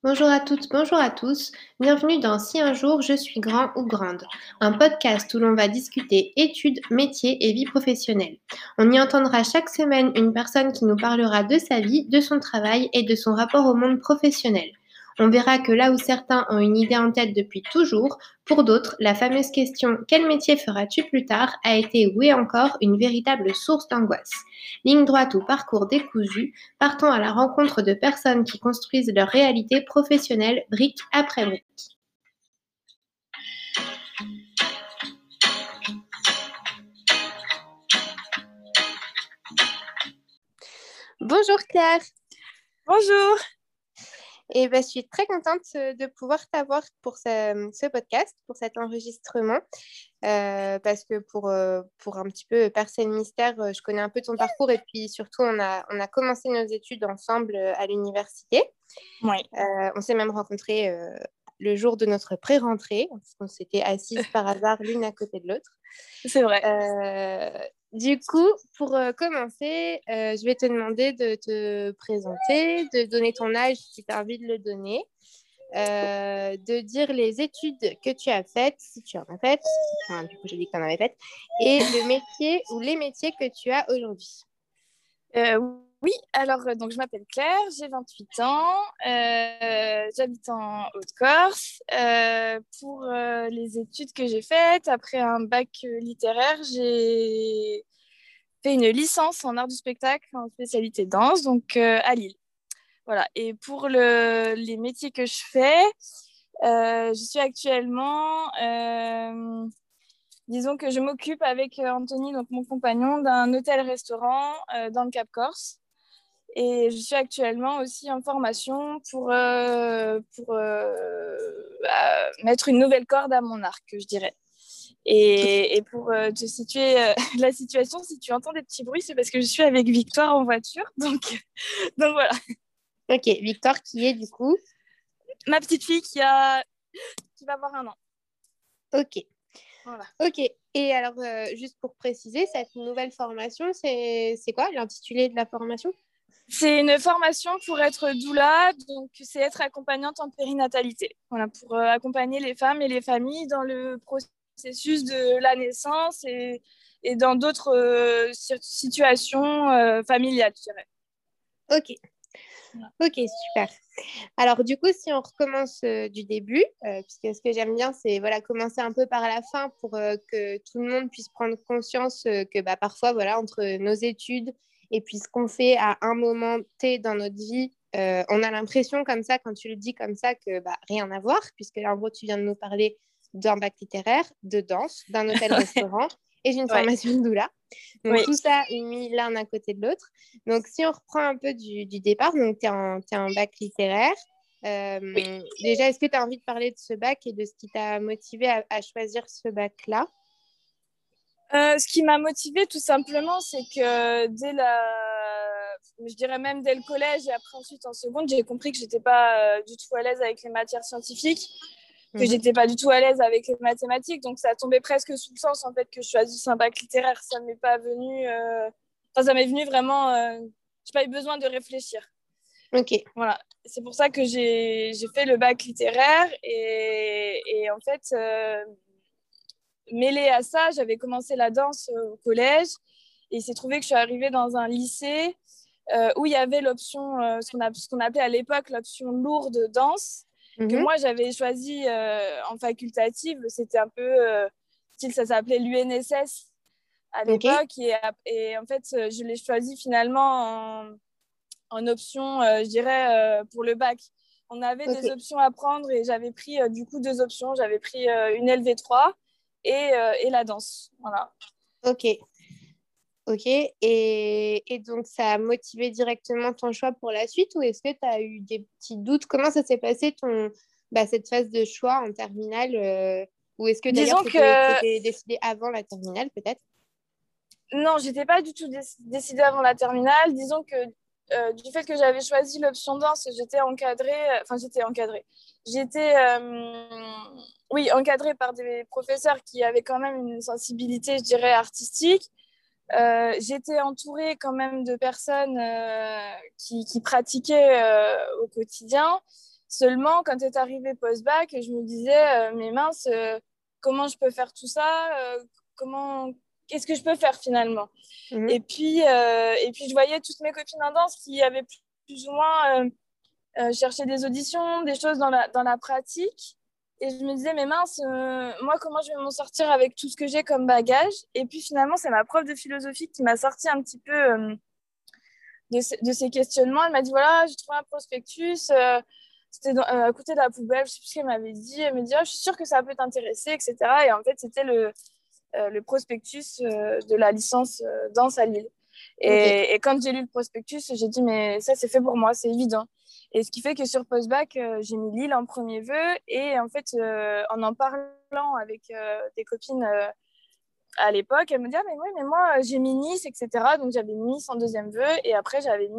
Bonjour à toutes, bonjour à tous. Bienvenue dans Si un jour je suis grand ou grande, un podcast où l'on va discuter études, métiers et vie professionnelle. On y entendra chaque semaine une personne qui nous parlera de sa vie, de son travail et de son rapport au monde professionnel. On verra que là où certains ont une idée en tête depuis toujours, pour d'autres, la fameuse question «Quel métier feras-tu plus tard?» a été ou est encore une véritable source d'angoisse. Ligne droite ou parcours décousu, partons à la rencontre de personnes qui construisent leur réalité professionnelle brique après brique. Bonjour Claire. Bonjour. Je suis très contente de pouvoir t'avoir pour ce podcast, pour cet enregistrement, parce que pour un petit peu percer le mystère, je connais un peu ton parcours et puis surtout, on a commencé nos études ensemble à l'université. Oui. On s'est même rencontrés le jour de notre pré-rentrée, parce qu'on s'était assises par hasard l'une à côté de l'autre. C'est vrai. Du coup, pour commencer, je vais te demander de te présenter, de donner ton âge si tu as envie de le donner, de dire les études que tu as faites, si tu en as faites, enfin, du coup j'ai dit que tu en avais faites, et le métier ou les métiers que tu as aujourd'hui. Oui, alors donc je m'appelle Claire, j'ai 28 ans, j'habite en Haute-Corse. Pour les études que j'ai faites, après un bac littéraire, j'ai fait une licence en art du spectacle en spécialité danse, donc à Lille. Voilà. Et pour les métiers que je fais, je suis actuellement disons que je m'occupe avec Anthony, donc mon compagnon, d'un hôtel-restaurant dans le Cap Corse. Et je suis actuellement aussi en formation pour mettre une nouvelle corde à mon arc, je dirais. Et pour te situer la situation, si tu entends des petits bruits, c'est parce que je suis avec Victoire en voiture. Donc voilà. Ok, Victoire qui est du coup Ma petite fille qui va avoir 1 an. Ok. Voilà. Ok. Et alors, juste pour préciser, cette nouvelle formation, c'est quoi l'intitulé de la formation? C'est une formation pour être doula, donc c'est être accompagnante en périnatalité. Voilà, pour accompagner les femmes et les familles dans le processus de la naissance et dans d'autres situations familiales, je dirais. Ok. Ok, super. Alors, du coup, si on recommence du début, puisque ce que j'aime bien, c'est voilà, commencer un peu par la fin pour que tout le monde puisse prendre conscience que parfois, voilà, entre nos études et puis ce qu'on fait à un moment T dans notre vie, on a l'impression comme ça, quand tu le dis comme ça, que rien à voir, puisque là, en gros, tu viens de nous parler d'un bac littéraire, de danse, d'un hôtel-restaurant et d'une formation de doula. Donc, tout ça mis l'un à côté de l'autre. Donc, si on reprend un peu du départ, donc tu es en bac littéraire. Déjà, est-ce que tu as envie de parler de ce bac et de ce qui t'a motivé à choisir ce bac-là? Ce qui m'a motivée, tout simplement, c'est que je dirais même dès le collège et après ensuite en seconde, j'ai compris que j'étais pas du tout à l'aise avec les matières scientifiques, que j'étais pas du tout à l'aise avec les mathématiques. Donc, ça tombait presque sous le sens, en fait, que je choisisse un bac littéraire. Ça m'est pas venu... Enfin, ça m'est venu vraiment... j'ai pas eu besoin de réfléchir. Ok. Voilà. C'est pour ça que j'ai fait le bac littéraire et en fait... mêlée à ça, j'avais commencé la danse au collège et il s'est trouvé que je suis arrivée dans un lycée où il y avait l'option, ce qu'on appelait à l'époque l'option lourde danse, que moi j'avais choisi en facultative. C'était un peu style, ça s'appelait l'UNSS à l'époque. Et en fait, je l'ai choisi finalement en option, je dirais, pour le bac. On avait des options à prendre et j'avais pris du coup 2 options. J'avais pris une LV3 et la danse. Voilà. Ok. Ok. Et donc, ça a motivé directement ton choix pour la suite ou est-ce que tu as eu des petits doutes? Comment ça s'est passé cette phase de choix en terminale ou est-ce que d'ailleurs tu étais décidé avant la terminale peut-être? Non, j'étais pas du tout décidée avant la terminale. Disons que du fait que j'avais choisi l'option danse, j'étais encadrée. Enfin, j'étais encadrée. J'étais, oui, encadrée par des professeurs qui avaient quand même une sensibilité, je dirais, artistique. J'étais entourée quand même de personnes qui pratiquaient au quotidien. Seulement, quand est arrivé post-bac, je me disais, mais mince, comment je peux faire tout ça qu'est-ce que je peux faire finalement? Et puis, je voyais toutes mes copines en danse qui avaient plus ou moins cherché des auditions, des choses dans la pratique. Et je me disais, mais mince, moi, comment je vais m'en sortir avec tout ce que j'ai comme bagage? Et puis finalement, c'est ma prof de philosophie qui m'a sorti un petit peu de ces questionnements. Elle m'a dit, voilà, j'ai trouvé un prospectus, c'était à côté de la poubelle, je sais plus ce qu'elle m'avait dit. Elle me dit, ah, je suis sûre que ça peut t'intéresser, etc. Et en fait, c'était le prospectus de la licence danse à Lille. Et quand j'ai lu le prospectus, j'ai dit, mais ça, c'est fait pour moi, c'est évident. Et ce qui fait que sur post-bac, j'ai mis Lille en premier vœu. Et en fait, en parlant avec des copines à l'époque, elles me disaient, ah, mais oui, mais moi, j'ai mis Nice, etc. Donc, j'avais mis Nice en deuxième vœu. Et après,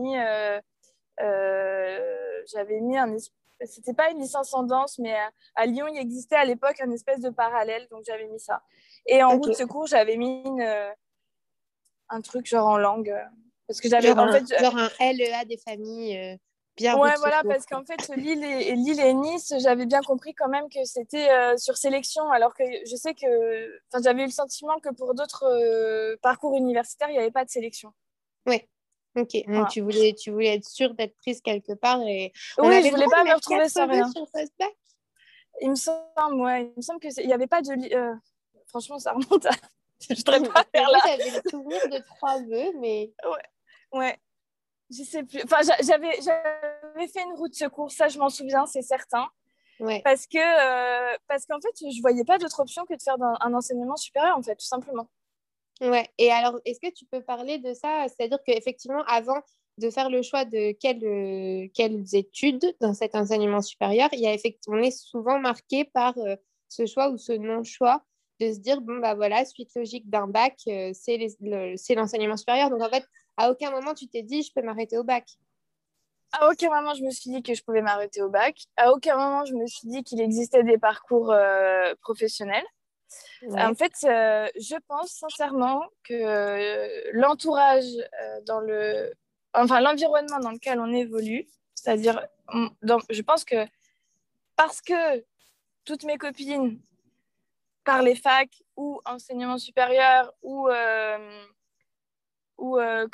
j'avais mis c'était pas une licence en danse, mais à Lyon, il existait à l'époque un espèce de parallèle, donc j'avais mis ça. Et en route de secours, j'avais mis un truc genre en langue, parce que j'avais genre un LEA des familles bien route ouais, de voilà, secours. parce qu'en fait, Lille et Nice, j'avais bien compris quand même que c'était sur sélection, alors que je sais que, enfin, j'avais eu le sentiment que pour d'autres parcours universitaires, il n'y avait pas de sélection. Ouais. Ok, donc Voilà. tu voulais être sûre d'être prise quelque part et on Oui, avait je le voulais droit pas de me mettre retrouver 4 sans vœux rien. sur post-bac. Il me semble, ouais, il me semble que il y avait pas de franchement, ça remonte à je voudrais pas Parce que faire moi, là. j'avais le souvenir de 3 vœux, mais... Ouais, ouais, je sais plus. Enfin, j'avais fait une route de secours, ça je m'en souviens, c'est certain. Ouais. Parce qu'en fait, je voyais pas d'autre option que de faire un enseignement supérieur, en fait, tout simplement. Ouais. Et alors, est-ce que tu peux parler de ça? C'est-à-dire qu'effectivement, avant de faire le choix de quelles études dans cet enseignement supérieur, on est souvent marqué par ce choix ou ce non-choix de se dire, bon, bah voilà, suite logique d'un bac, c'est l'enseignement supérieur. Donc, en fait, à aucun moment, tu t'es dit, je peux m'arrêter au bac. À aucun moment, je me suis dit que je pouvais m'arrêter au bac. À aucun moment, je me suis dit qu'il existait des parcours professionnels. En Ouais. fait, je pense sincèrement que l'entourage enfin l'environnement dans lequel on évolue, c'est-à-dire, je pense que parce que toutes mes copines par les facs ou enseignement supérieur ou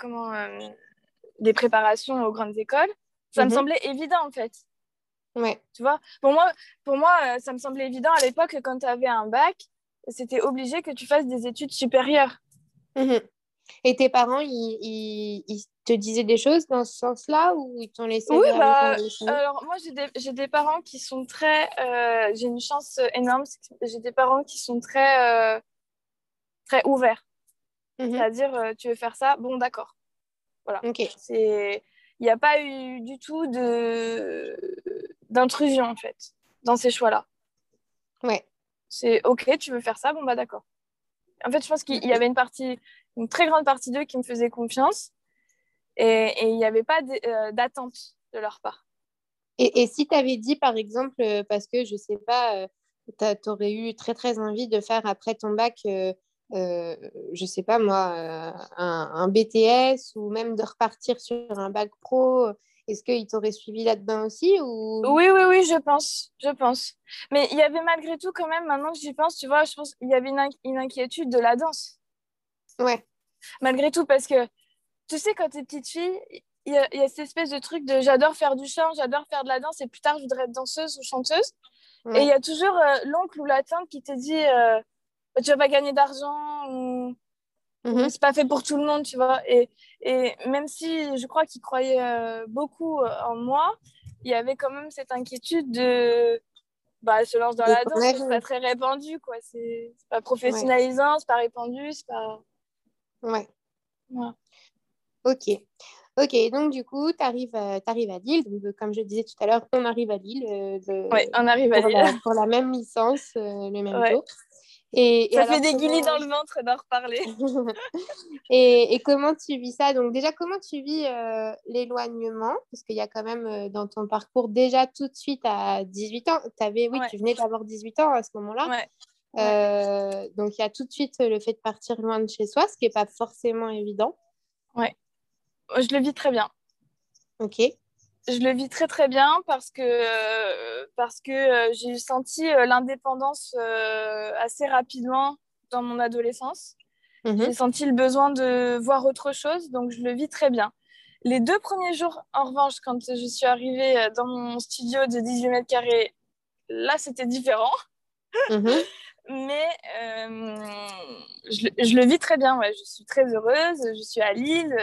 des préparations aux grandes écoles, ça me Mhm. semblait évident en fait. Ouais. Tu vois, pour moi, ça me semblait évident à l'époque que quand tu avais un bac, c'était obligé que tu fasses des études supérieures. Mhm. Et tes parents, ils te disaient des choses dans ce sens-là ou ils t'ont laissé Oui, vraiment bah, les choses? alors moi, j'ai des parents qui sont très. J'ai une chance énorme, c'est que j'ai des parents qui sont très ouverts. Mhm. C'est-à-dire, tu veux faire ça, bon, d'accord. Voilà. Ok. Il n'y a pas eu du tout d'intrusion, en fait, dans ces choix-là. Ouais. C'est OK, tu veux faire ça, bon, bah, d'accord. En fait, je pense qu'il y Ok. avait une très grande partie d'eux qui me faisaient confiance et il n'y avait pas d'attente de leur part. Et si tu avais dit, par exemple, parce que je sais pas, tu aurais eu très très envie de faire après ton bac, je sais pas moi, un BTS ou même de repartir sur un bac pro, est-ce qu'ils t'auraient suivi là-dedans aussi ou... Oui, oui, oui, je pense, je pense. Mais il y avait malgré tout quand même, maintenant que j'y pense, tu vois, je pense qu'il y avait une inquiétude de la danse. Ouais. Malgré tout, parce que tu sais, quand t'es petite fille, il y a cette espèce de truc de j'adore faire du chant, j'adore faire de la danse, et plus tard, je voudrais être danseuse ou chanteuse. Et il y Ouais. a toujours l'oncle ou la tante qui te dit tu vas pas gagner d'argent ou Mhm. c'est pas fait pour tout le monde, tu vois. Et même si je crois qu'il croyait beaucoup en moi, il y avait quand même cette inquiétude de bah, elle se lance dans De la ton danse, mais c'est pas avenir. très répandu, quoi. C'est pas Ouais. professionnalisant, c'est pas répandu, c'est pas. Ouais. Voilà. Ok. Ok, donc du coup, tu arrives, à Lille. Donc, comme je disais tout à l'heure, on arrive à Lille Ouais, on arrive à Lille. pour la même licence le même Ouais. jour. Et Ça fait alors, des guilis dans le ventre d'en reparler. et comment tu vis ça? Donc déjà, comment tu vis l'éloignement? Parce qu'il y a quand même dans ton parcours déjà tout de suite à 18 ans, oui, Ouais, tu venais d'avoir 18 ans à ce moment-là. ouais, ouais, Donc il y a tout de suite le fait de partir loin de chez soi, ce qui n'est pas forcément évident. ouais. Je le vis très bien. Ok. Je le vis très très bien parce que j'ai senti l'indépendance assez rapidement dans mon adolescence. J'ai senti le besoin de voir autre chose, donc je le vis très bien. Les 2 premiers jours, en revanche, quand je suis arrivée dans mon studio de 18 mètres carrés, là c'était différent. Mhm. Mais je le vis très bien, ouais. Je suis très heureuse, je suis à Lille.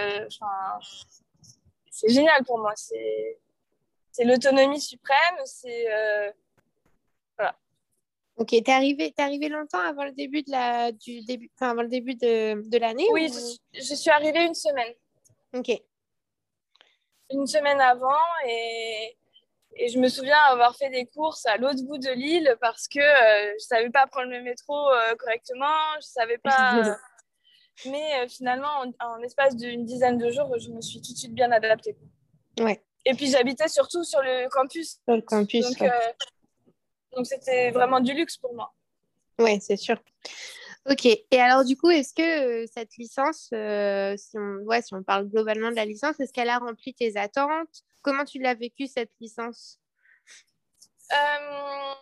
C'est génial pour moi. C'est l'autonomie suprême. Voilà. Ok, t'es arrivé longtemps avant le début du début, enfin, avant le début de l'année Oui, ou... je suis arrivée Ok, une semaine avant et je me souviens avoir fait des courses à l'autre bout de l'île parce que je savais pas prendre le métro correctement, je savais pas. Mais finalement, en espace d'une dizaine de jours, je me suis tout de suite bien adaptée. ouais, Et puis j'habitais surtout sur le campus, sur le campus, donc ouais. donc c'était vraiment du luxe pour moi. Ouais, c'est sûr. Ok, et alors du coup, est-ce que cette licence, si on parle globalement de la licence, est-ce qu'elle a rempli tes attentes? Comment tu l'as vécu cette licence? Euh,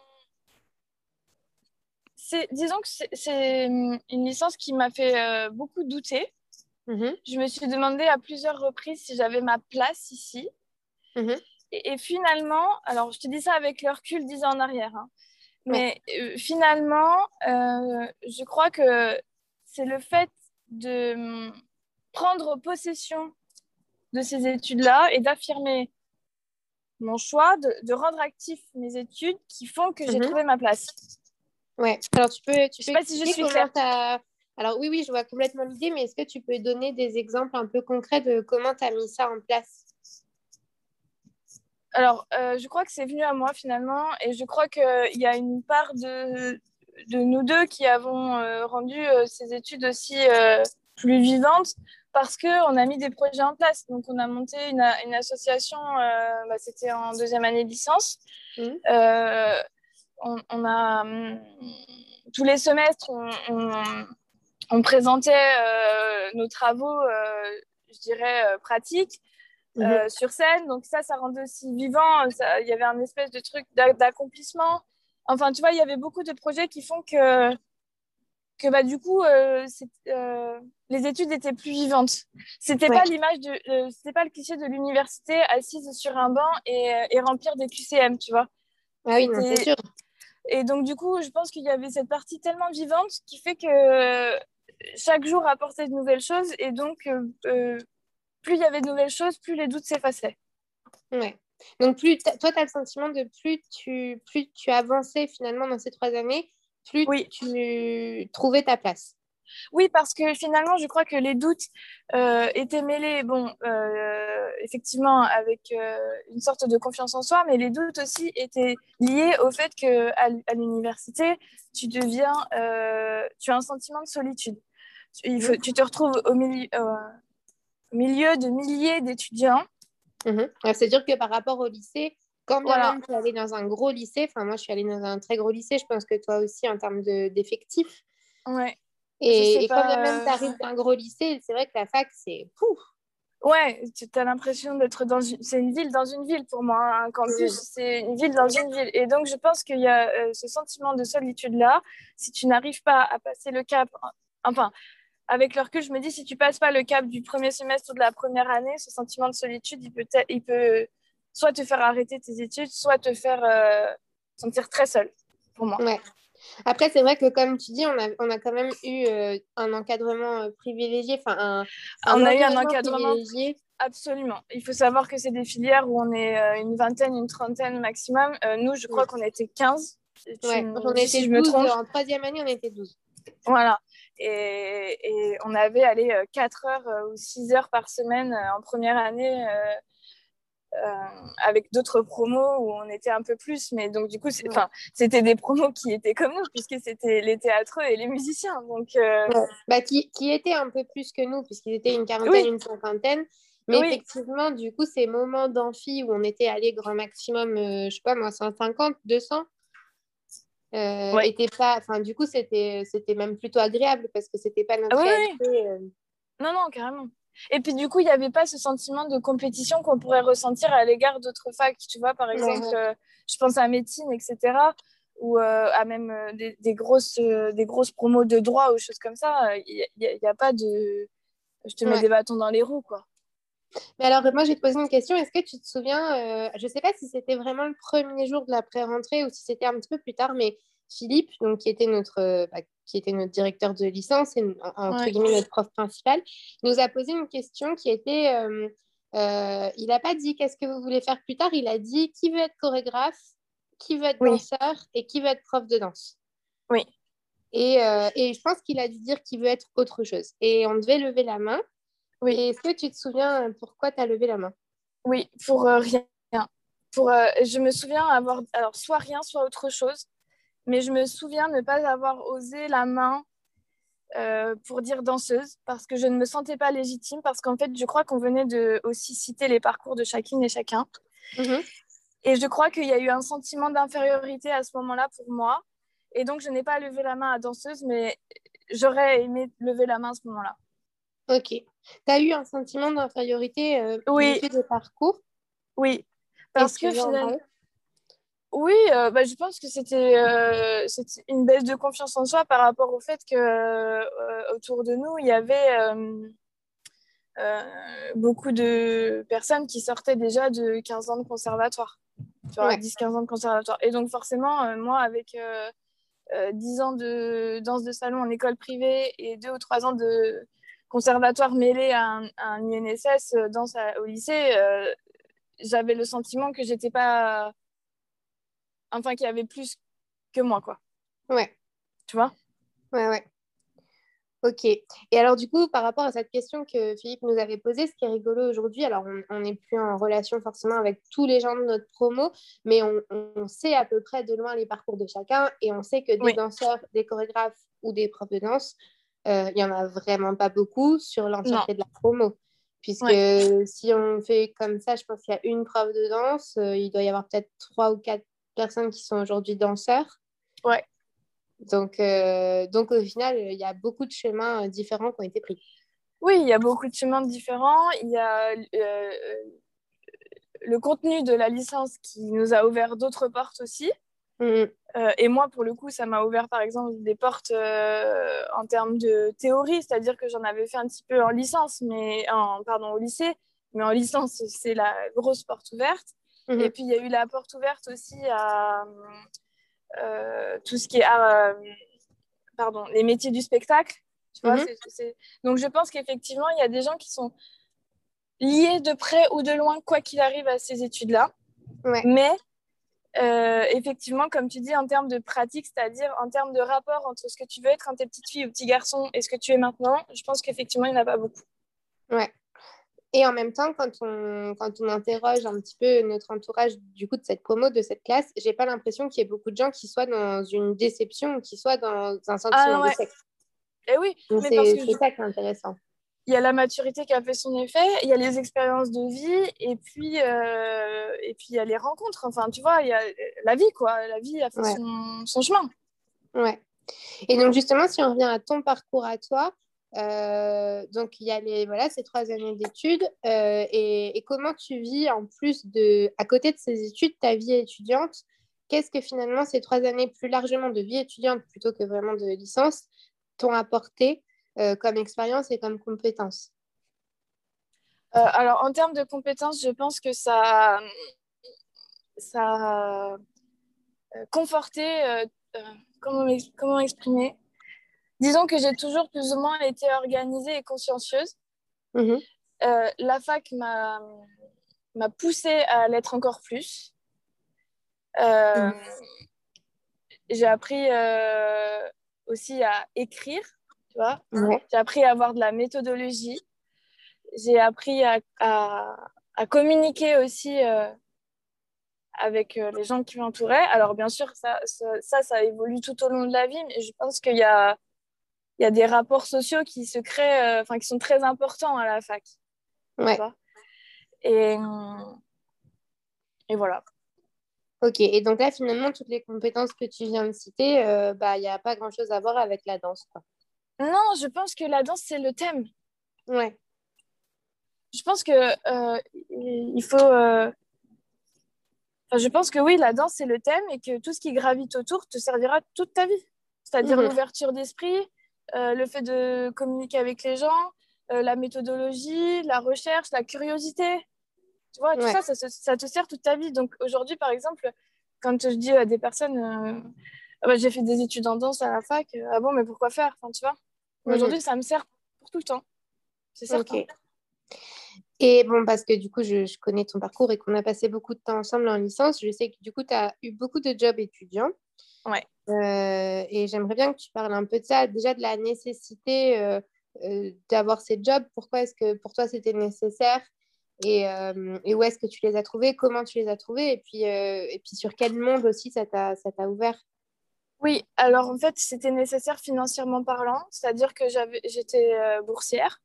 disons que c'est une licence qui m'a fait beaucoup douter. Mhm, Je me suis demandé à plusieurs reprises si j'avais ma place ici. mhm, Et finalement, alors je te dis ça avec le recul 10 ans en arrière, hein, ouais, mais finalement, je crois que c'est le fait de prendre possession de ces études-là et d'affirmer mon choix, de rendre actif mes études qui font que j'ai mhm, trouvé ma place. ouais. Alors tu Je peux sais pas si je expliquer suis comment claire. tu as... Alors oui, je vois complètement l'idée, mais est-ce que tu peux donner des exemples un peu concrets de comment tu as mis ça en place? Alors, je crois que c'est venu à moi finalement, et je crois qu'il y a une part de nous deux qui avons rendu ces études aussi plus vivantes parce qu'on a mis des projets en place. Donc, on a monté une association, c'était en deuxième année de licence. Mhm, Euh, on a, tous les semestres, on présentait nos travaux, je dirais, pratiques mhm, sur scène. Donc ça rendait aussi vivant. Il y avait un espèce de truc d'accomplissement. Enfin, tu vois, il y avait beaucoup de projets qui font que bah, du coup, les études étaient plus vivantes. C'était ouais. pas c'était pas le cliché de l'université assise sur un banc et remplir des QCM, tu vois. Ah oui, non, c'est C'était... sûr. Et donc, du coup, je pense qu'il y avait cette partie tellement vivante qui fait que chaque jour apportait de nouvelles choses. Et donc, plus il y avait de nouvelles choses, plus les doutes s'effaçaient. Ouais. Donc, toi, tu as le sentiment de plus tu avançais finalement dans ces 3 années, plus Oui, tu trouvais ta place. oui, parce que finalement, je crois que les doutes étaient mêlés, bon, effectivement, avec une sorte de confiance en soi, mais les doutes aussi étaient liés au fait que à l'université, tu as un sentiment de solitude. Mhm. Tu te retrouves au milieu de milliers d'étudiants. Mhm. C'est sûr que par rapport au lycée, quand bien Voilà, même tu es allé dans un gros lycée, enfin moi je suis allée dans un très gros lycée, je pense que toi aussi en termes d'effectifs, ouais. Je sais et quand bien même pas. tu arrives d'un gros lycée, c'est vrai que la fac, c'est... Pouf. Ouais, tu as l'impression d'être dans une... C'est une ville dans une ville pour moi, hein. Un campus, Mhm. c'est une ville dans une ville. Et donc, je pense qu'il y a ce sentiment de solitude-là. Si tu n'arrives pas à passer le cap... Enfin, avec le recul, je me dis, si tu passes pas le cap du premier semestre ou de la première année, ce sentiment de solitude, il peut soit te faire arrêter tes études, soit te faire sentir très seul, pour moi. Ouais. Après, c'est vrai que comme tu dis, on a quand même eu un encadrement privilégié, enfin un On a eu un environnement encadrement. privilégié. Absolument. Il faut savoir que c'est des filières où on est une vingtaine, une trentaine maximum. Nous, je crois qu'on était 15. Tu Ouais, me j'en dis étais si je me 12 trompe. en troisième année, on était 12. Voilà. Et on avait allé 4 heures ou 6 heures par semaine en première année avec d'autres promos où on était un peu plus. Mais donc, du coup, Ouais. c'était des promos qui étaient comme nous, puisque c'était les théâtreux et les musiciens. Donc, Ouais. Bah, qui étaient un peu plus que nous, puisqu'ils étaient une quarantaine, oui, une cinquantaine. Mais oui, effectivement, du coup, ces moments d'amphi où on était allé grand maximum, je sais pas moi, 150, 200, oui. étaient pas. Enfin, du coup, c'était même plutôt agréable parce que c'était pas notre Oui, réalité. oui. Non, non, carrément. Et puis du coup, il n'y avait pas ce sentiment de compétition qu'on pourrait ressentir à l'égard d'autres facs. Tu vois, par exemple, je pense à médecine, etc. Ou à même des grosses promos de droit ou choses comme ça. Il n'y a pas de... Je te mets des bâtons dans les roues, quoi. Mais alors, moi, je vais te poser une question. Est-ce que tu te souviens, je ne sais pas si c'était vraiment le premier jour de la pré-rentrée ou si c'était un petit peu plus tard, mais Philippe, donc, qui était notre directeur de licence et entre guillemets notre prof principal, nous a posé une question qui était, il n'a pas dit qu'est-ce que vous voulez faire plus tard, il a dit qui veut être chorégraphe, qui veut être danseur et qui veut être prof de danse. Oui. Et je pense qu'il a dû dire qui veut être autre chose. Et on devait lever la main. Oui. Et est-ce que tu te souviens pourquoi tu as levé la main? Oui, pour rien. Je me souviens avoir alors soit rien, soit autre chose. Mais je me souviens ne pas avoir osé la main pour dire danseuse parce que je ne me sentais pas légitime parce qu'en fait, je crois qu'on venait de aussi citer les parcours de chacune et chacun. Et je crois qu'il y a eu un sentiment d'infériorité à ce moment-là pour moi. Et donc, je n'ai pas levé la main à danseuse, mais j'aurais aimé lever la main à ce moment-là. Ok. Tu as eu un sentiment d'infériorité oui. du fait de parcours? Oui. Parce que finalement... Oui, je pense que c'était une baisse de confiance en soi par rapport au fait que autour de nous, il y avait beaucoup de personnes qui sortaient déjà de 15 ans de conservatoire. Tu vois, 10-15 ans de conservatoire. Et donc forcément, moi, avec 10 ans de danse de salon en école privée et 2 ou 3 ans de conservatoire mêlé à un UNSS danse au lycée, j'avais le sentiment que j'étais pas... Enfin, qu'il y avait plus que moi, quoi. Ouais. Tu vois? Ouais. Ok. Et alors, du coup, par rapport à cette question que Philippe nous avait posée, ce qui est rigolo aujourd'hui, alors on n'est plus en relation forcément avec tous les gens de notre promo, mais on sait à peu près de loin les parcours de chacun et on sait que des danseurs, des chorégraphes ou des profs de danse, il n'y en a vraiment pas beaucoup sur l'entièreté de la promo. Puisque si on fait comme ça, je pense qu'il y a une prof de danse, il doit y avoir peut-être 3 ou 4 personnes qui sont aujourd'hui danseurs. Ouais. Donc au final, il y a beaucoup de chemins différents qui ont été pris. Oui, il y a beaucoup de chemins différents. Il y a le contenu de la licence qui nous a ouvert d'autres portes aussi. Et moi, pour le coup, ça m'a ouvert, par exemple, des portes en termes de théorie, c'est-à-dire que j'en avais fait un petit peu en licence, au lycée, mais en licence, c'est la grosse porte ouverte. Et puis, il y a eu la porte ouverte aussi à tout ce qui est les métiers du spectacle. Tu vois, Donc, je pense qu'effectivement, il y a des gens qui sont liés de près ou de loin, quoi qu'il arrive, à ces études-là. Mais effectivement, comme tu dis, en termes de pratique, c'est-à-dire en termes de rapport entre ce que tu veux être quand tu es petite fille ou petit garçon et ce que tu es maintenant, je pense qu'effectivement, il n'y en a pas beaucoup. Ouais. Et en même temps, quand on interroge un petit peu notre entourage du coup de cette promo, de cette classe, j'ai pas l'impression qu'il y ait beaucoup de gens qui soient dans une déception ou qui soient dans un sentiment de sexe. Et oui, donc mais c'est ça qui est intéressant. Il y a la maturité qui a fait son effet, il y a les expériences de vie, et puis il y a les rencontres. Enfin, tu vois, il y a la vie, quoi. La vie a fait son chemin. Ouais. Et donc, justement, si on revient à ton parcours à toi, donc il y a ces 3 années d'études et comment tu vis en plus à côté de ces études, ta vie étudiante, qu'est-ce que finalement ces 3 années plus largement de vie étudiante plutôt que vraiment de licence t'ont apporté comme expérience et comme compétence? Alors, en termes de compétences, je pense que ça a conforté, comment exprimer? Disons que j'ai toujours plus ou moins été organisée et consciencieuse. La fac m'a poussée à l'être encore plus. J'ai appris aussi à écrire, tu vois. J'ai appris à avoir de la méthodologie. J'ai appris à communiquer aussi avec les gens qui m'entouraient. Alors, bien sûr, ça évolue tout au long de la vie, mais je pense qu'il y a des rapports sociaux qui se créent, qui sont très importants à la fac. Ouais. Et voilà. Ok, et donc là, finalement, toutes les compétences que tu viens de citer, il n'y a pas grand-chose à voir avec la danse, quoi. Non, je pense que la danse, c'est le thème. Ouais. je pense que il faut... je pense que oui, la danse, c'est le thème et que tout ce qui gravite autour te servira toute ta vie. C'est-à-dire l'ouverture d'esprit, le fait de communiquer avec les gens, la méthodologie, la recherche, la curiosité. Tu vois, tout ça, ça te sert toute ta vie. Donc aujourd'hui, par exemple, quand je dis à des personnes, ah bah, j'ai fait des études en danse à la fac, ah bon, mais pourquoi faire? Enfin, tu vois. Mais aujourd'hui, ça me sert pour tout le temps. C'est certain. Ok. Et bon, parce que du coup, je connais ton parcours et qu'on a passé beaucoup de temps ensemble en licence, je sais que du coup, tu as eu beaucoup de jobs étudiants. Ouais. Et j'aimerais bien que tu parles un peu de ça, déjà de la nécessité d'avoir ces jobs. Pourquoi est-ce que pour toi c'était nécessaire et où est-ce que tu les as trouvés, comment tu les as trouvés et puis sur quel monde aussi ça t'a ouvert. Oui, alors en fait, c'était nécessaire financièrement parlant, c'est-à-dire que j'étais boursière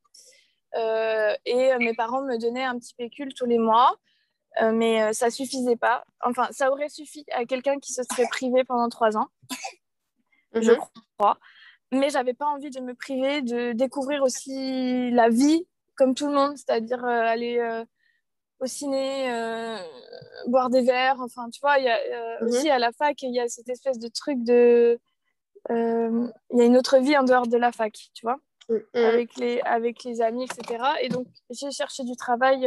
et mes parents me donnaient un petit pécule tous les mois, mais ça suffisait pas. Enfin, ça aurait suffi à quelqu'un qui se serait privé pendant 3 ans, je crois. Mais j'avais pas envie de me priver, de découvrir aussi la vie comme tout le monde, c'est-à-dire aller au ciné, boire des verres. Enfin, tu vois, il y a aussi à la fac, il y a cette espèce de truc de... Il y a une autre vie en dehors de la fac, tu vois, avec les amis, etc. Et donc, j'ai cherché du travail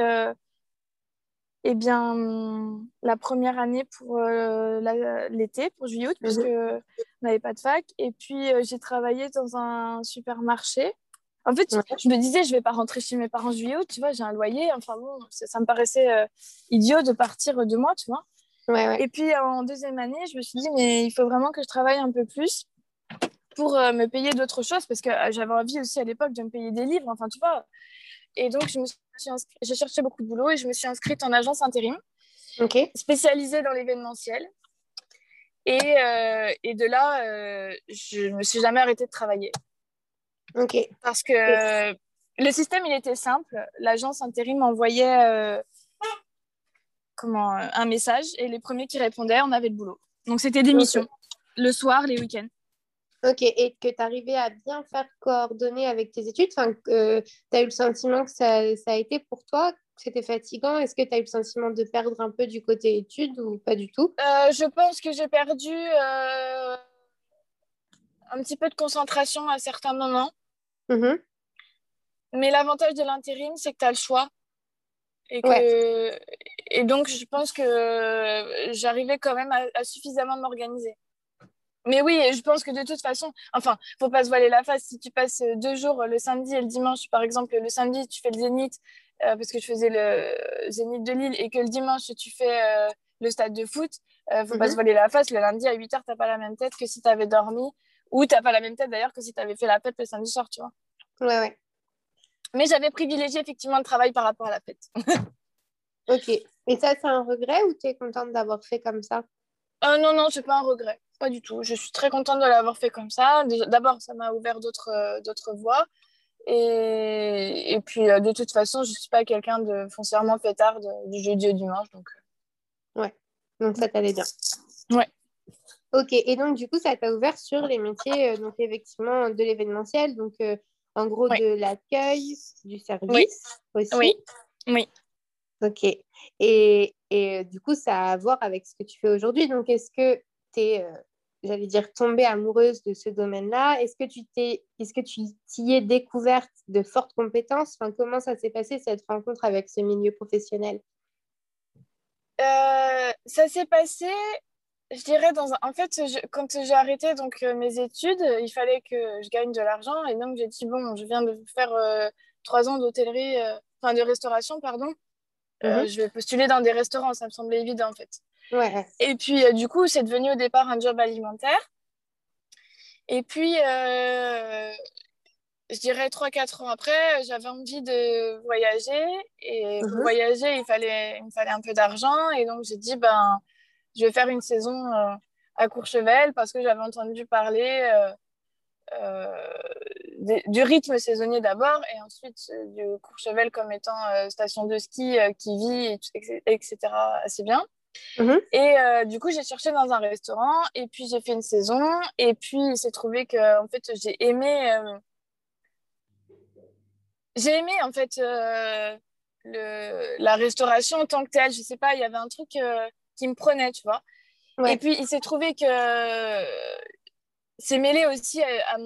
eh bien, la première année pour l'été, pour juillet-août, puisque on n'avait pas de fac. Et puis, j'ai travaillé dans un supermarché. En fait, je me disais, je vais pas rentrer chez mes parents juillet-août, tu vois, j'ai un loyer. Enfin bon, ça me paraissait idiot de partir 2 mois, tu vois. Et puis, en deuxième année, je me suis dit, mais il faut vraiment que je travaille un peu plus pour me payer d'autres choses, parce que j'avais envie aussi à l'époque de me payer des livres, enfin, tu vois. Et donc, j'ai cherché beaucoup de boulot et je me suis inscrite en agence intérim, spécialisée dans l'événementiel. Et de là, je me suis jamais arrêtée de travailler. Parce que le système, il était simple. L'agence intérim envoyait un message et les premiers qui répondaient, on avait le boulot. Donc, c'était des missions, le soir, les week-ends. Ok, et que tu arrivais à bien faire coordonner avec tes études, tu as eu le sentiment que ça a été pour toi, que c'était fatigant. Est-ce que tu as eu le sentiment de perdre un peu du côté études ou pas du tout? Je pense que j'ai perdu un petit peu de concentration à certains moments. Mais l'avantage de l'intérim, c'est que tu as le choix. Et donc, je pense que j'arrivais quand même à suffisamment m'organiser. Mais oui, je pense que de toute façon, enfin, faut pas se voiler la face. Si tu passes 2 jours, le samedi et le dimanche, par exemple, le samedi, tu fais le Zénith, parce que je faisais le Zénith de Lille, et que le dimanche, tu fais le stade de foot, faut pas se voiler la face. Le lundi à 8h, t'as pas la même tête que si tu avais dormi, ou t'as pas la même tête d'ailleurs que si tu avais fait la fête le samedi soir, tu vois. Ouais. Mais j'avais privilégié effectivement le travail par rapport à la fête. Ok. Et ça, c'est un regret ou tu es contente d'avoir fait comme ça? Non, non, c'est pas un regret. Pas du tout. Je suis très contente de l'avoir fait comme ça. D'abord, ça m'a ouvert d'autres voies. Et puis, de toute façon, je suis pas quelqu'un de foncièrement fêtard du jeudi au dimanche. Ouais. Donc, ça t'allait bien. Ouais. Ok. Et donc, du coup, ça t'a ouvert sur les métiers, donc effectivement, de l'événementiel. Donc, en gros, de l'accueil, du service aussi. Oui. Oui. Ok. Et du coup, ça a à voir avec ce que tu fais aujourd'hui. Donc, est-ce que tu es, j'allais dire, tombée amoureuse de ce domaine-là? Est-ce que tu t'y es découverte de fortes compétences? Enfin, comment ça s'est passé, cette rencontre avec ce milieu professionnel? Ça s'est passé, je dirais, en fait, quand j'ai arrêté donc, mes études, il fallait que je gagne de l'argent. Et donc, j'ai dit, bon, je viens de faire 3 ans d'hôtellerie, enfin de restauration, pardon. Je vais postuler dans des restaurants, ça me semblait évident en fait. Ouais. Et puis du coup, c'est devenu au départ un job alimentaire. Et puis, je dirais 3-4 ans après, j'avais envie de voyager. Et pour voyager, il me fallait un peu d'argent. Et donc, j'ai dit, ben, je vais faire une saison à Courchevel parce que j'avais entendu parler du rythme saisonnier d'abord et ensuite du Courchevel comme étant station de ski qui vit, etc. assez bien. Et du coup, j'ai cherché dans un restaurant et puis j'ai fait une saison et puis il s'est trouvé que en fait, j'ai aimé en fait la restauration en tant que telle. Je sais pas, il y avait un truc qui me prenait, tu vois. Ouais. Et puis, il s'est trouvé que c'est mêlé aussi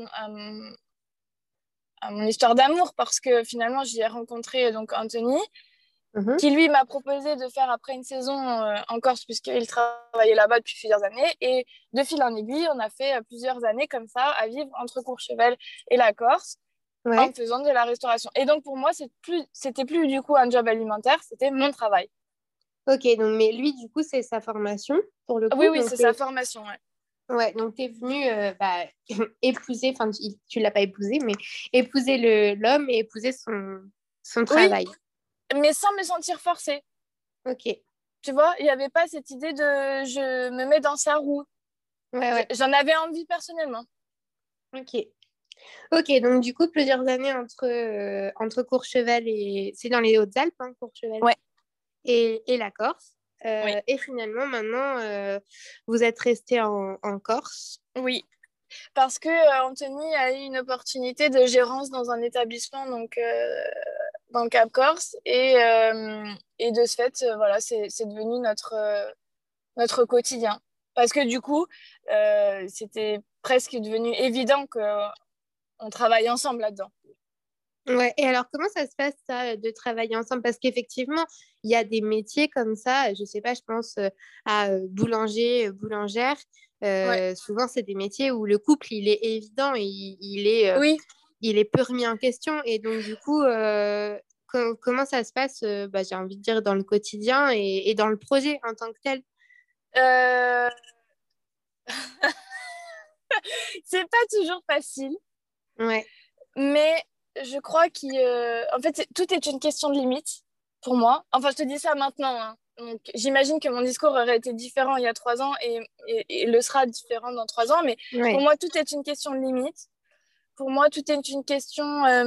à mon histoire d'amour parce que finalement, j'y ai rencontré donc Anthony qui lui m'a proposé de faire après une saison en Corse puisqu'il travaillait là-bas depuis plusieurs années et de fil en aiguille on a fait plusieurs années comme ça à vivre entre Courchevel et la Corse en faisant de la restauration et donc pour moi c'était plus du coup un job alimentaire, c'était mon travail. Ok, donc mais lui du coup c'est sa formation pour le coup. Oui, c'est sa formation, ouais. Ouais, donc tu es venue épouser, enfin tu l'as pas épousé, mais épouser l'homme et épouser son Oui, travail. mais sans me sentir forcée. Ok. Tu vois, il n'y avait pas cette idée de je me mets dans sa roue. Ouais. J'en avais envie personnellement. Ok. Ok, donc du coup, plusieurs années entre Courchevel et... C'est dans les Hautes-Alpes, hein, Courchevel. Ouais. Et la Corse. Oui. Et finalement, maintenant, vous êtes resté en Corse. Oui. Parce que Anthony a eu une opportunité de gérance dans un établissement dans le Cap Corse et de ce fait voilà c'est devenu notre quotidien parce que du coup c'était presque devenu évident qu'on travaille ensemble là-dedans. Ouais. Et alors, comment ça se passe, ça, de travailler ensemble? Parce qu'effectivement, il y a des métiers comme ça. Je sais pas, je pense à boulanger, boulangère. Ouais. Souvent, c'est des métiers où le couple, il est évident, Oui. il est peu remis en question. Et donc, du coup, comment ça se passe, j'ai envie de dire, dans le quotidien et dans le projet en tant que tel? Euh, c'est pas toujours facile, Ouais. mais je crois qu'en fait, tout est une question de limite pour moi. Enfin, je te dis ça maintenant, hein. Donc, j'imagine que mon discours aurait été différent il y a 3 ans et le sera différent dans 3 ans, mais pour Ouais. moi, tout est une question de limite. Pour moi, tout est une question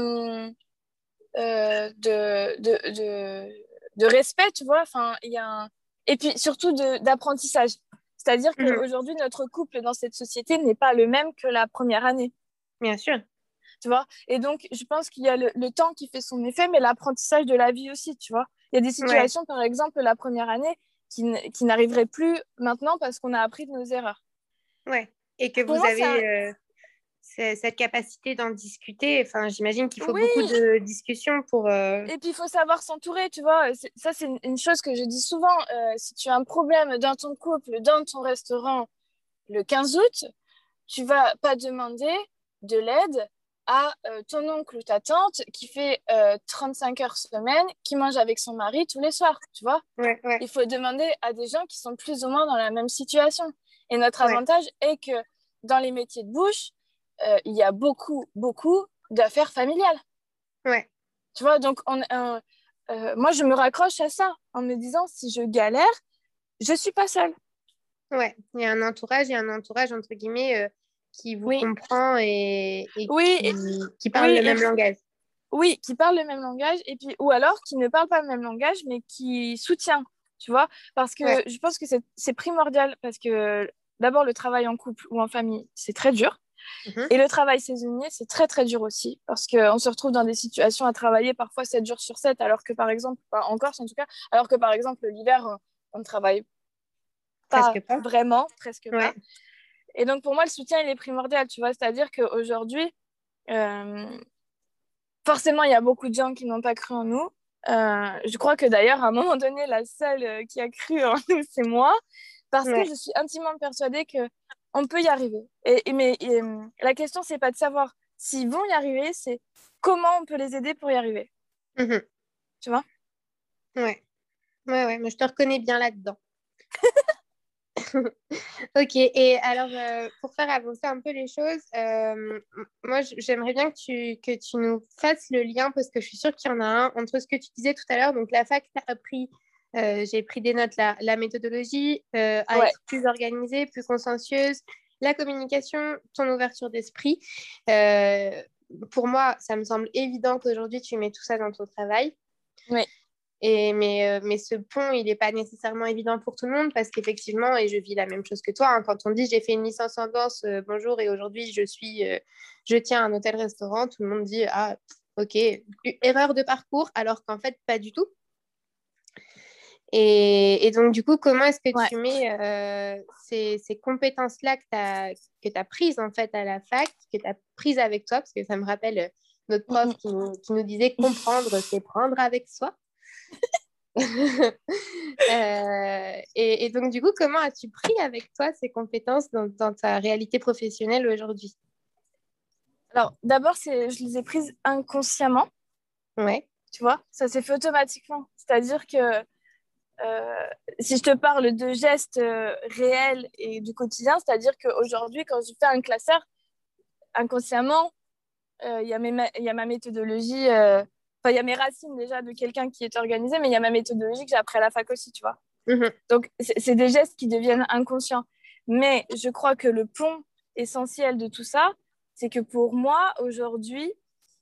de respect, tu vois. Enfin, il y a et puis surtout d'apprentissage. C'est-à-dire Mhm. qu'aujourd'hui, notre couple dans cette société n'est pas le même que la première année. Bien sûr. Tu vois. Et donc, je pense qu'il y a le temps qui fait son effet, mais l'apprentissage de la vie aussi, tu vois. Il y a des Ouais. situations, par exemple, la première année, qui n'arriveraient plus maintenant parce qu'on a appris de nos erreurs. Ouais. Et que Pour vous moi, c'est avez cette capacité d'en discuter. Enfin, j'imagine qu'il faut beaucoup Oui, de discussions pour. et puis il faut savoir s'entourer, tu vois. Ça, c'est une chose que je dis souvent. Si tu as un problème dans ton couple, dans ton restaurant, le 15 août, tu vas pas demander de l'aide à ton oncle ou ta tante qui fait 35 heures semaine, qui mange avec son mari tous les soirs, tu vois. Ouais, ouais, Il faut demander à des gens qui sont plus ou moins dans la même situation. Et notre ouais, avantage est que dans les métiers de bouche, il y a beaucoup, beaucoup d'affaires familiales. ouais, Tu vois, donc moi, je me raccroche à ça en me disant, si je galère, je suis pas seule. ouais. Il y a un entourage entre guillemets qui vous Oui, comprend et oui, qui parle oui, le même langage. oui, qui parle le même langage, et puis, ou alors qui ne parle pas le même langage, mais qui soutient, tu vois, parce Ouais. que je pense que c'est primordial, parce que d'abord, le travail en couple ou en famille, c'est très dur, Mhm. et le travail saisonnier, c'est très, très dur aussi, parce qu'on se retrouve dans des situations à travailler parfois 7 jours sur 7, alors que par exemple, en Corse en tout cas, alors que par exemple, l'hiver, on ne travaille pas Presque pas. vraiment, presque pas. Ouais. Et donc, pour moi, le soutien, il est primordial, tu vois, c'est-à-dire qu'aujourd'hui, euh, forcément, il y a beaucoup de gens qui n'ont pas cru en nous. Je crois que d'ailleurs, à un moment donné, la seule qui a cru en nous, c'est moi, parce que Ouais. je suis intimement persuadée que on peut y arriver. La question, c'est pas de savoir s'ils vont y arriver, c'est comment on peut les aider pour y arriver. Mhm. Tu vois? Ouais. Ouais, ouais. Mais je te reconnais bien là-dedans. Ok, et alors pour faire avancer un peu les choses, moi j'aimerais bien que tu nous fasses le lien parce que je suis sûre qu'il y en a un entre ce que tu disais tout à l'heure, donc la fac a appris, j'ai pris des notes, la méthodologie, à Ouais. être plus organisée, plus consciencieuse, la communication, ton ouverture d'esprit. Euh, pour moi, ça me semble évident qu'aujourd'hui tu mets tout ça dans ton travail. Oui. Mais ce pont, il n'est pas nécessairement évident pour tout le monde parce qu'effectivement, et je vis la même chose que toi, hein, quand on dit j'ai fait une licence en danse, bonjour, et aujourd'hui je tiens un hôtel-restaurant, tout le monde dit ah, ok, erreur de parcours, alors qu'en fait, pas du tout. Et donc, du coup, comment est-ce que Ouais. tu mets ces compétences-là que tu as prises en fait à la fac, que tu as prises avec toi, parce que ça me rappelle notre prof qui nous disait comprendre, c'est prendre avec soi. Et donc, du coup, comment as-tu pris avec toi ces compétences dans ta réalité professionnelle aujourd'hui? Alors, d'abord, je les ai prises inconsciemment, Ouais. tu vois. Ça s'est fait automatiquement. C'est-à-dire que si je te parle de gestes réels et du quotidien, c'est-à-dire qu'aujourd'hui, quand je fais un classeur, inconsciemment, il y a ma méthodologie, enfin, il y a mes racines déjà de quelqu'un qui est organisé, mais il y a ma méthodologie que j'ai appris à la fac aussi, tu vois. Donc, c'est des gestes qui deviennent inconscients. Mais je crois que le pont essentiel de tout ça, c'est que pour moi, aujourd'hui,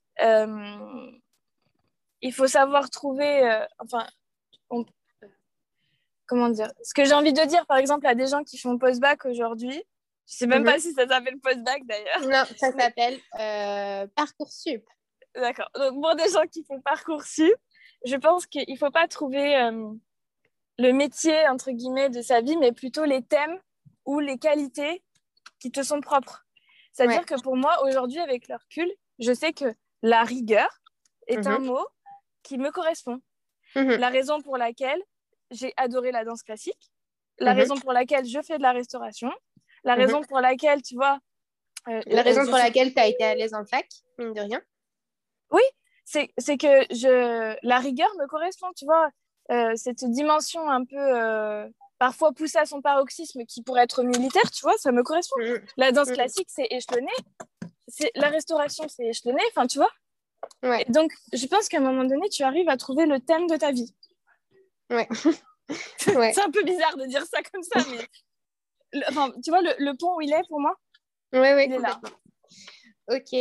il faut savoir trouver, enfin, on- comment dire, ce que j'ai envie de dire, par exemple, à des gens qui font post-bac aujourd'hui, je sais même pas si ça s'appelle post-bac d'ailleurs. Non, ça Mais... s'appelle Parcoursup. D'accord. Donc, pour des gens qui font Parcoursup, je pense qu'il ne faut pas trouver le métier, entre guillemets, de sa vie, mais plutôt les thèmes ou les qualités qui te sont propres. C'est-à-dire que pour moi, aujourd'hui, avec le recul, je sais que la rigueur est un mot qui me correspond. La raison pour laquelle j'ai adoré la danse classique, la raison pour laquelle je fais de la restauration, la raison pour laquelle, tu vois... la raison pour laquelle tu as été à l'aise en fac, mine de rien. Oui, c'est que la rigueur me correspond, tu vois. Cette dimension un peu parfois poussée à son paroxysme qui pourrait être militaire, tu vois, ça me correspond. La danse classique, c'est échelonné. La restauration, c'est échelonné, enfin, tu vois. Ouais. Et donc, je pense qu'à un moment donné, tu arrives à trouver le thème de ta vie. Ouais. C'est un peu bizarre de dire ça comme ça, mais tu vois, le pont où il est pour moi, ouais, il est là. Ok.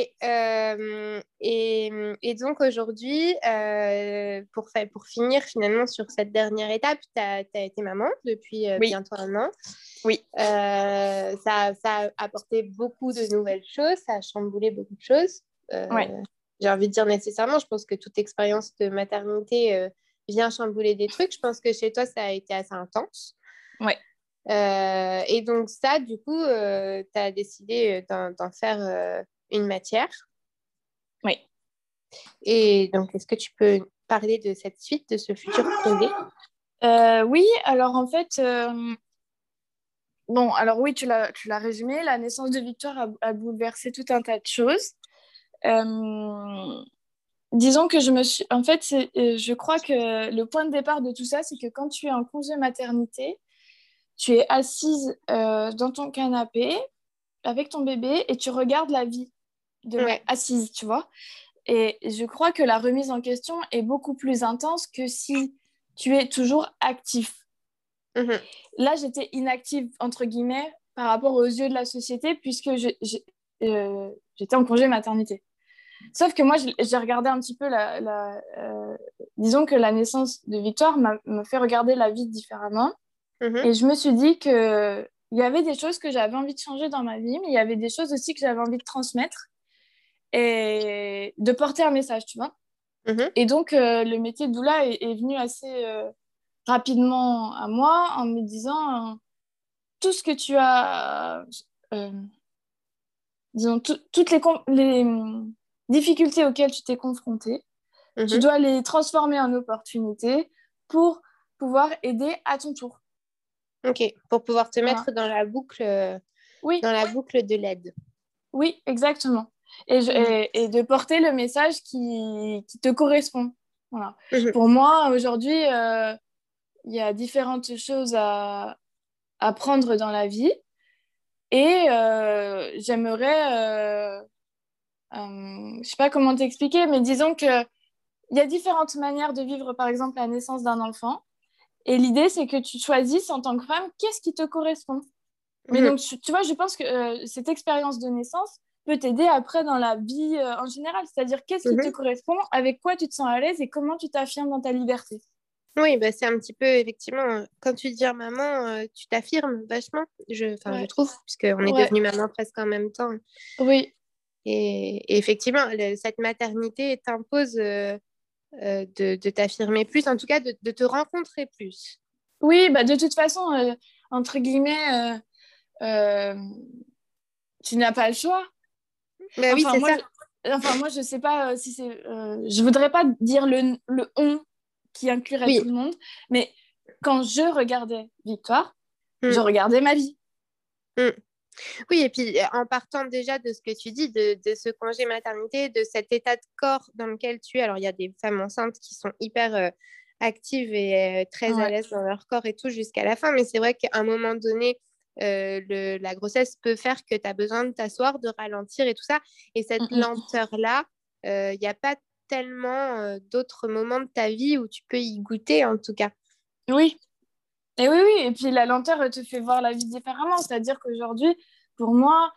Et donc aujourd'hui, pour finir finalement sur cette dernière étape, tu as été maman depuis bientôt un an. Oui. Ça a apporté beaucoup de nouvelles choses, ça a chamboulé beaucoup de choses. J'ai envie de dire nécessairement, je pense que toute expérience de maternité vient chambouler des trucs. Je pense que chez toi, ça a été assez intense. Ouais. Et donc ça, du coup, tu as décidé d'en faire une matière. Oui. Et donc, est-ce que tu peux parler de cette suite, de ce futur projet? Oui, alors en fait, bon, alors oui, tu l'as résumé, la naissance de Victoire a bouleversé tout un tas de choses. Disons que en fait, je crois que le point de départ de tout ça, c'est que quand tu es en congé maternité, tu es assise dans ton canapé avec ton bébé et tu regardes la vie assise, tu vois. Et je crois que la remise en question est beaucoup plus intense que si tu es toujours actif. Là, j'étais inactive, entre guillemets, par rapport aux yeux de la société, puisque j'étais en congé maternité. Sauf que moi, j'ai regardé un petit peu disons que la naissance de Victoire m'a fait regarder la vie différemment. Et je me suis dit qu'il y avait des choses que j'avais envie de changer dans ma vie, mais il y avait des choses aussi que j'avais envie de transmettre et de porter un message, tu vois. Et donc, le métier de doula est venu assez rapidement à moi en me disant tout ce que tu as, disons, toutes les difficultés auxquelles tu t'es confronté, tu dois les transformer en opportunités pour pouvoir aider à ton tour. Ok, pour pouvoir te mettre dans la boucle, dans la boucle de l'aide. Oui, exactement. Et de porter le message qui te correspond. Voilà. Pour moi, aujourd'hui, il y a différentes choses à prendre dans la vie. Et j'aimerais, je sais pas comment t'expliquer, mais disons que il y a différentes manières de vivre, par exemple, la naissance d'un enfant. Et l'idée, c'est que tu choisisses en tant que femme qu'est-ce qui te correspond. Mais donc, tu vois, je pense que cette expérience de naissance peut t'aider après dans la vie en général. C'est-à-dire qu'est-ce qui te correspond, avec quoi tu te sens à l'aise et comment tu t'affirmes dans ta liberté. Oui, bah, c'est un petit peu, effectivement, quand tu deviens maman, tu t'affirmes vachement, je trouve, puisqu'on est devenu maman presque en même temps. Oui. Et effectivement, cette maternité t'impose de t'affirmer plus, en tout cas de te rencontrer plus. Oui, bah, de toute façon, entre guillemets, tu n'as pas le choix. Bah oui, Enfin, c'est moi, ça. moi, je sais pas si c'est... je voudrais pas dire le on qui inclurait tout Oui. le monde, mais quand je regardais Victoire, je Mm. regardais ma vie. Mm. Oui, et puis en partant déjà de ce que tu dis, de ce congé maternité, de cet état de corps dans lequel tu es. Alors, il y a des femmes enceintes qui sont hyper actives et très à Ouais. l'aise dans leur corps et tout jusqu'à la fin, mais c'est vrai qu'à un moment donné, la grossesse peut faire que tu as besoin de t'asseoir, de ralentir et tout ça. Et cette Mm, mm. lenteur-là, il n'y a pas tellement d'autres moments de ta vie où tu peux y goûter, en tout cas. Oui. Et oui, oui. Et puis la lenteur te fait voir la vie différemment. C'est-à-dire qu'aujourd'hui, pour moi,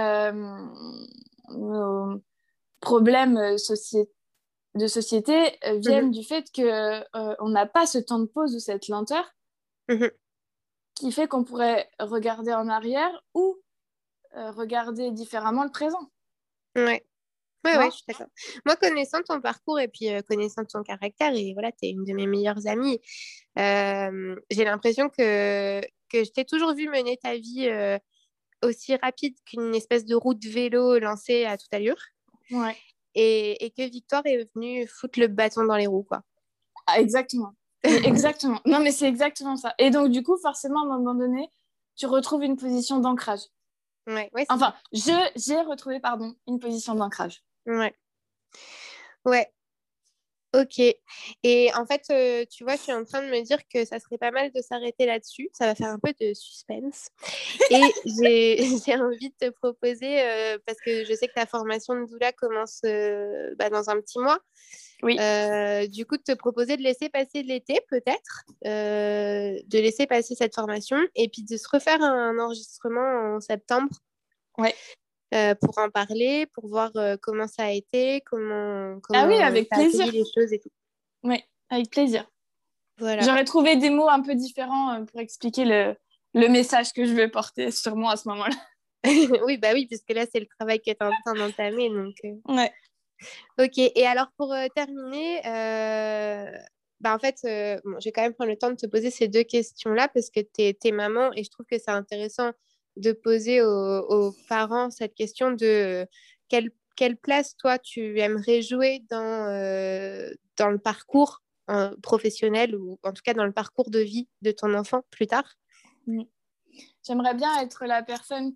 nos problèmes de société Mhm. viennent du fait que on n'a pas ce temps de pause ou cette lenteur Mhm. qui fait qu'on pourrait regarder en arrière ou regarder différemment le présent. Ouais. Tu Ouais, ouais, vois. je suis d'accord. Moi, connaissant ton parcours et puis connaissant ton caractère, et voilà, tu es une de mes meilleures amies, j'ai l'impression que je t'ai toujours vu mener ta vie aussi rapide qu'une espèce de roue de vélo lancée à toute allure, Ouais. et que Victoire est venue foutre le bâton dans les roues, quoi. Ah, exactement. Mais exactement. Non, mais c'est exactement ça. Et donc, du coup, forcément, à un moment donné, tu retrouves une position d'ancrage. Ouais, ouais, c'est ça. Enfin, j'ai retrouvé, pardon, une position d'ancrage. Ouais, ouais. Ok. Et en fait, tu vois, je suis en train de me dire que ça serait pas mal de s'arrêter là-dessus. Ça va faire un peu de suspense. Et j'ai envie de te proposer, parce que je sais que ta formation de doula commence dans un petit mois, Oui. du coup, de te proposer de laisser passer l'été, peut-être, de laisser passer cette formation et puis de se refaire un enregistrement en septembre Ouais. pour en parler, pour voir comment ça a été, Ah oui, comment tu avec as accueilli plaisir. les choses et tout. Oui, avec plaisir. Voilà. J'aurais trouvé des mots un peu différents pour expliquer le message que je vais porter sur moi à ce moment-là. Oui, bah oui, puisque là, c'est le travail que tu es en train d'entamer. Donc, Ouais. ok. Et alors, pour terminer, en fait, bon, je vais quand même prendre le temps de te poser ces deux questions-là parce que tu es maman et je trouve que c'est intéressant de poser aux parents cette question de quelle place, toi, tu aimerais jouer dans le parcours professionnel ou en tout cas dans le parcours de vie de ton enfant plus tard. Mm. J'aimerais bien être la personne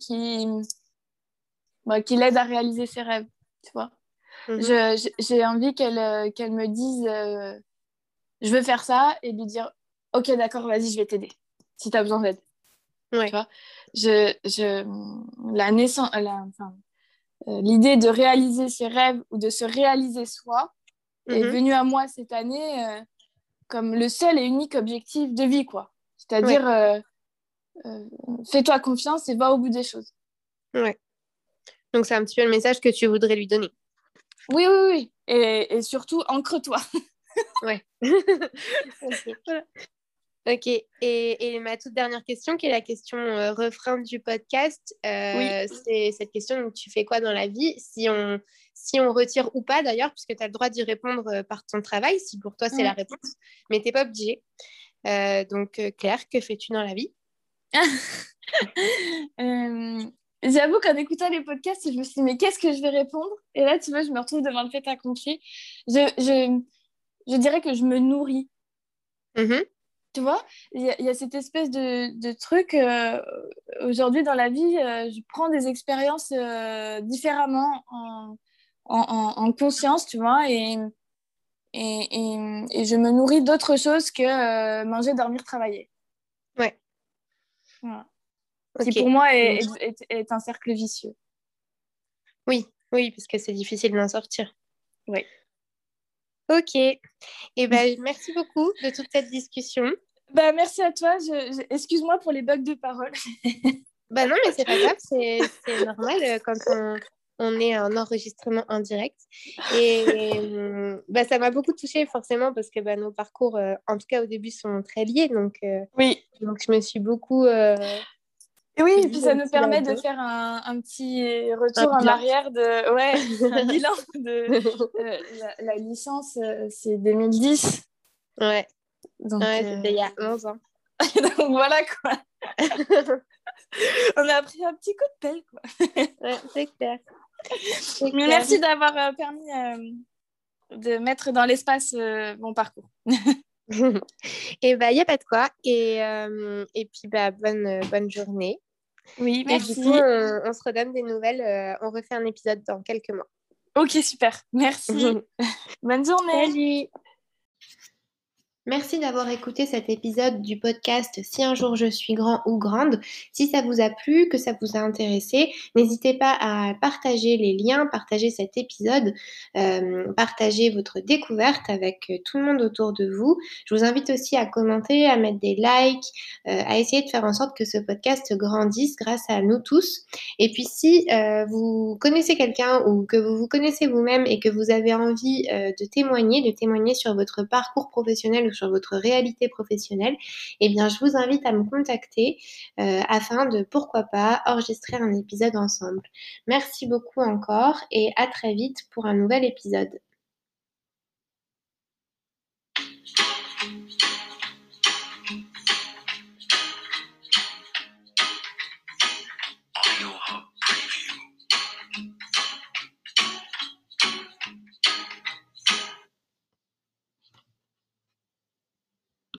qui l'aide à réaliser ses rêves, tu vois. Mhm. J'ai envie qu'elle me dise je veux faire ça et lui dire ok, d'accord, vas-y, je vais t'aider si tu as besoin d'aide. Tu Ouais. vois, la naissance, enfin, l'idée de réaliser ses rêves ou de se réaliser soi est Mhm. venue à moi cette année comme le seul et unique objectif de vie, quoi. Ouais. C'est-à-dire, euh, fais-toi confiance et va au bout des choses. Ouais. Donc, c'est un petit peu le message que tu voudrais lui donner. Oui, oui, oui. Et surtout, ancre-toi. Ouais. Ok. Voilà. Ok. Et ma toute dernière question, qui est la question refrain du podcast, Oui. c'est cette question, donc, tu fais quoi dans la vie? Si on retire ou pas d'ailleurs, puisque tu as le droit d'y répondre par ton travail, si pour toi c'est la Ouais. réponse, mais tu n'es pas obligé. Donc, Claire, que fais-tu dans la vie? Euh, J'avoue qu'en écoutant les podcasts, je me suis dit, mais qu'est-ce que je vais répondre? Et là, tu vois, je me retrouve devant le fait accompli. Je dirais que je me nourris. Mhm. Tu vois, il y a cette espèce de truc. Aujourd'hui, dans la vie, je prends des expériences différemment en conscience, tu vois, et je me nourris d'autre chose que manger, dormir, travailler. Ouais. Voilà. Qui Ok. pour moi Donc, est un cercle vicieux. oui, oui, parce que c'est difficile d'en sortir. Oui. Ok. Et ben, merci beaucoup de toute cette discussion. Bah, merci à toi. Excuse-moi pour les bugs de parole. Bah non, mais c'est pas grave, c'est normal quand on est en enregistrement en direct. Et ça m'a beaucoup touchée forcément parce que nos parcours, en tout cas au début, sont très liés. Oui. Donc je me suis beaucoup Et oui, et puis vue ça nous aussi permet de là-dedans. faire un petit Un retour en bilan. arrière ouais, un bilan de la licence, c'est 2010. Ouais, Donc, ouais, c'était il y a 11 ans. Donc voilà quoi. On a pris un petit coup de pelle quoi. Ouais, c'est clair. Mais merci d'avoir permis de mettre dans l'espace mon parcours. Et bah, il n'y a pas de quoi. Et puis, bah, bonne journée. Oui, Et du merci. coup, on se redonne des nouvelles. On refait un épisode dans quelques mois. Ok, super. Merci. Bonne journée. Salut! Merci d'avoir écouté cet épisode du podcast Si un jour je suis grand ou grande. Si ça vous a plu, que ça vous a intéressé, n'hésitez pas à partager les liens, partager cet épisode, partager votre découverte avec tout le monde autour de vous. Je vous invite aussi à commenter, à mettre des likes, à essayer de faire en sorte que ce podcast grandisse grâce à nous tous. Et puis si vous connaissez quelqu'un ou que vous vous connaissez vous-même et que vous avez envie de témoigner sur votre parcours professionnel ou sur votre réalité professionnelle, eh bien, je vous invite à me contacter afin de, pourquoi pas, enregistrer un épisode ensemble. Merci beaucoup encore et à très vite pour un nouvel épisode.